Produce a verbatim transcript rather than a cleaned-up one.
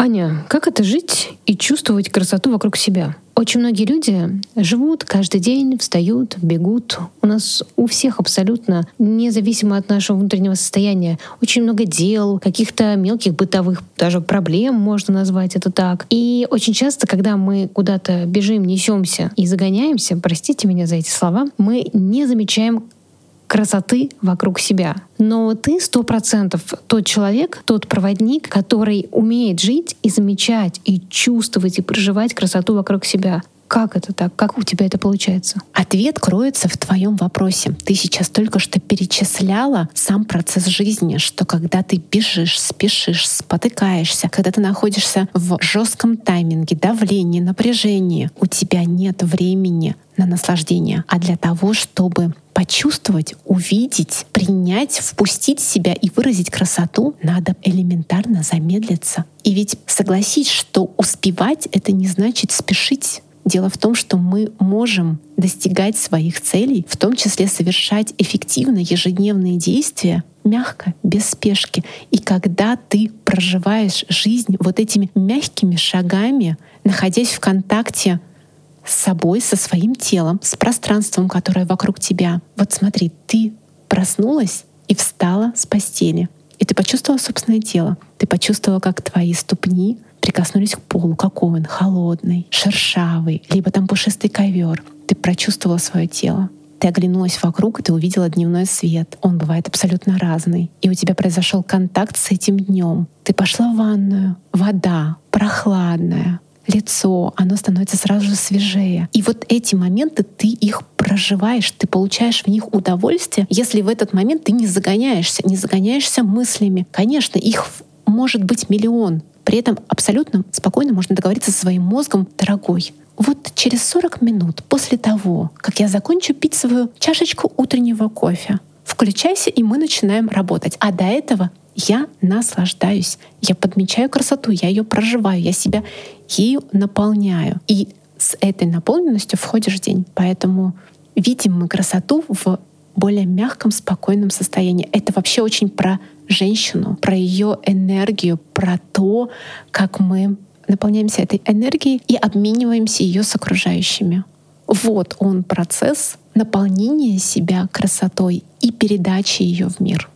Аня, как это жить и чувствовать красоту вокруг себя? Очень многие люди живут каждый день, встают, бегут. У нас у всех абсолютно, независимо от нашего внутреннего состояния, очень много дел, каких-то мелких бытовых даже проблем, можно назвать это так. И очень часто, когда мы куда-то бежим, несемся и загоняемся, простите меня за эти слова, мы не замечаем красоты вокруг себя. Но ты сто процентов тот человек, тот проводник, который умеет жить и замечать, и чувствовать, и проживать красоту вокруг себя. Как это так? Как у тебя это получается? Ответ кроется в твоем вопросе. Ты сейчас только что перечисляла сам процесс жизни, что когда ты бежишь, спешишь, спотыкаешься, когда ты находишься в жестком тайминге, давлении, напряжении, у тебя нет времени на наслаждение, а для того, чтобы почувствовать, увидеть, принять, впустить в себя и выразить красоту, надо элементарно замедлиться. И ведь согласись, что успевать — это не значит спешить. Дело в том, что мы можем достигать своих целей, в том числе совершать эффективно ежедневные действия, мягко, без спешки. И когда ты проживаешь жизнь вот этими мягкими шагами, находясь в контакте с собой, со своим телом, с пространством, которое вокруг тебя. Вот смотри, ты проснулась и встала с постели. И ты почувствовала собственное тело. Ты почувствовала, как твои ступни прикоснулись к полу, какой он холодный, шершавый, либо там пушистый ковер. Ты прочувствовала свое тело. Ты оглянулась вокруг, и ты увидела дневной свет. Он бывает абсолютно разный. И у тебя произошел контакт с этим днем. Ты пошла в ванную. Вода прохладная. Лицо, оно становится сразу же свежее. И вот эти моменты, ты их проживаешь, ты получаешь в них удовольствие, если в этот момент ты не загоняешься, не загоняешься мыслями. Конечно, их может быть миллион. При этом абсолютно спокойно можно договориться со своим мозгом: дорогой, вот через сорок минут после того, как я закончу пить свою чашечку утреннего кофе, включайся, и мы начинаем работать. А до этого я наслаждаюсь, я подмечаю красоту, я ее проживаю, я себя ею наполняю. И с этой наполненностью входишь в день. Поэтому видим мы красоту в более мягком, спокойном состоянии. Это вообще очень про женщину, про ее энергию, про то, как мы наполняемся этой энергией и обмениваемся ее с окружающими. Вот он процесс наполнения себя красотой и передачи ее в мир.